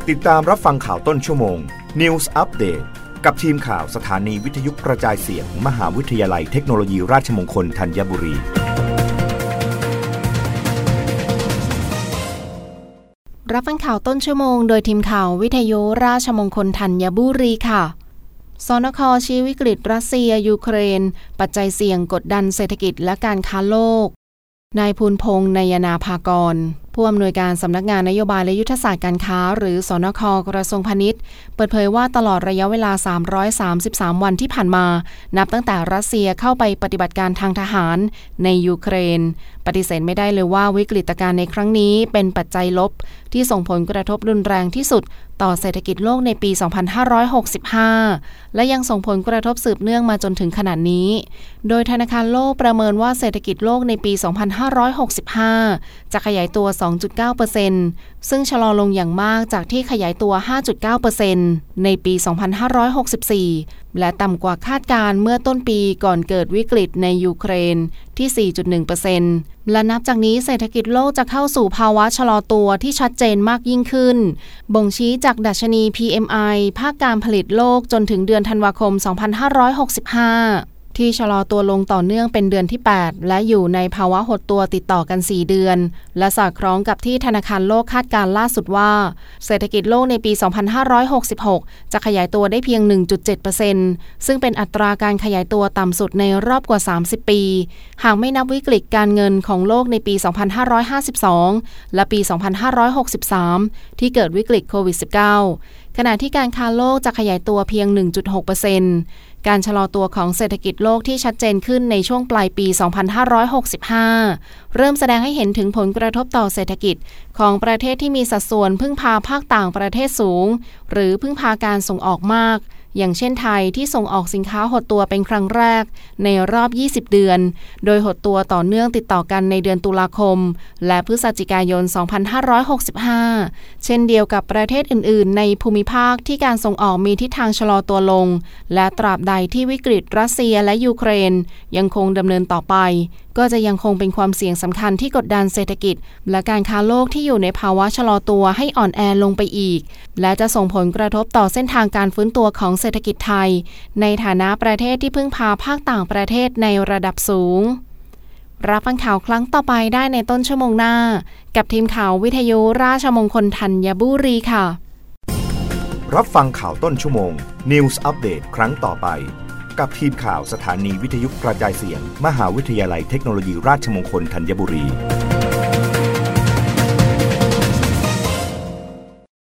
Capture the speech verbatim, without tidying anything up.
ติดตามรับฟังข่าวต้นชั่วโมง News Update กับทีมข่าวสถานีวิทยุกระจายเสียง มหาวิทยาลัยเทคโนโลยีราชมงคลธัญบุรีรับฟังข่าวต้นชั่วโมงโดยทีมข่าววิทยุราชมงคลธัญบุรีค่ะสนค.ชี้วิกฤตรัสเซียยูเครนปัจจัยเสี่ยงกดดันเศรษฐกิจและการค้าโลกนายภูลพงษ์นายนาภากรผู้อำนวยการสำนักงานนโยบายและยุทธศาสตร์การค้าหรือสนค.กระทรวงพาณิชย์เปิดเผยว่าตลอดระยะเวลาสามร้อยสามสิบสามวันที่ผ่านมานับตั้งแต่รัสเซียเข้าไปปฏิบัติการทางทหารในยูเครนปฏิเสธไม่ได้เลยว่าวิกฤตการณ์ในครั้งนี้เป็นปัจจัยลบที่ส่งผลกระทบรุนแรงที่สุดต่อเศรษฐกิจโลกในปีสองพันห้าร้อยหกสิบห้าและยังส่งผลกระทบสืบเนื่องมาจนถึงขณะนี้โดยธนาคารโลกประเมินว่าเศรษฐกิจโลกในปีสองพันห้าร้อยหกสิบห้าจะขยายตัว สองจุดเก้าเปอร์เซ็นต์ ซึ่งชะลอลงอย่างมากจากที่ขยายตัว ห้าจุดเก้าเปอร์เซ็นต์ ในปีสองพันห้าร้อยหกสิบสี่และต่ำกว่าคาดการณ์เมื่อต้นปีก่อนเกิดวิกฤตในยูเครนที่ สี่จุดหนึ่งเปอร์เซ็นต์ และนับจากนี้เศรษฐกิจโลกจะเข้าสู่ภาวะชะลอตัวที่ชัดเจนมากยิ่งขึ้นบ่งชี้จากดัชนี พี เอ็ม ไอ ภาคการผลิตโลกจนถึงเดือนธันวาคมสองพันห้าร้อยหกสิบห้าที่ชะลอตัวลงต่อเนื่องเป็นเดือนที่แปดและอยู่ในภาวะหดตัวติดต่อกันสี่เดือนและสอดคล้องกับที่ธนาคารโลกคาดการณ์ล่าสุดว่าเศรษฐกิจโลกในปีสองพันห้าร้อยหกสิบหกจะขยายตัวได้เพียง หนึ่งจุดเจ็ดเปอร์เซ็นต์ ซึ่งเป็นอัตราการขยายตัวต่ำสุดในรอบกว่าสามสิบปีหากไม่นับวิกฤตการเงินของโลกในปีสองพันห้าร้อยห้าสิบสองและปีสองพันห้าร้อยหกสิบสามที่เกิดวิกฤตโควิด สิบเก้า ขณะที่การค้าโลกจะขยายตัวเพียง หนึ่งจุดหกเปอร์เซ็นต์ การชะลอตัวของเศรษฐกิจโลกที่ชัดเจนขึ้นในช่วงปลายปี สองพันห้าร้อยหกสิบห้า เริ่มแสดงให้เห็นถึงผลกระทบต่อเศรษฐกิจของประเทศที่มีสัดส่วนพึ่งพาภาคต่างประเทศสูงหรือพึ่งพาการส่งออกมากอย่างเช่นไทยที่ส่งออกสินค้าหดตัวเป็นครั้งแรกในรอบยี่สิบเดือนโดยหดตัวต่อเนื่องติดต่อกันในเดือนตุลาคมและพฤศจิกายนสองพันห้าร้อยหกสิบห้าเช่นเดียวกับประเทศอื่นๆในภูมิภาคที่การส่งออกมีทิศทางชะลอตัวลงและตราบใดที่วิกฤตรัสเซียและยูเครนยังคงดำเนินต่อไปก็จะยังคงเป็นความเสี่ยงสำคัญที่กดดันเศรษฐกิจและการค้าโลกที่อยู่ในภาวะชะลอตัวให้อ่อนแอลงไปอีกและจะส่งผลกระทบต่อเส้นทางการฟื้นตัวของเศรษฐกิจไทยในฐานะประเทศที่พึ่งพาภาคต่างประเทศในระดับสูงรับฟังข่าวครั้งต่อไปได้ในต้นชั่วโมงหน้ากับทีมข่าววิทยุราชมงคลธัญบุรีค่ะรับฟังข่าวต้นชั่วโมง News Update ครั้งต่อไปกับทีมข่าวสถานีวิทยุกระจายเสียง มหาวิทยาลัยเทคโนโลยีราชมงคลธัญบุรี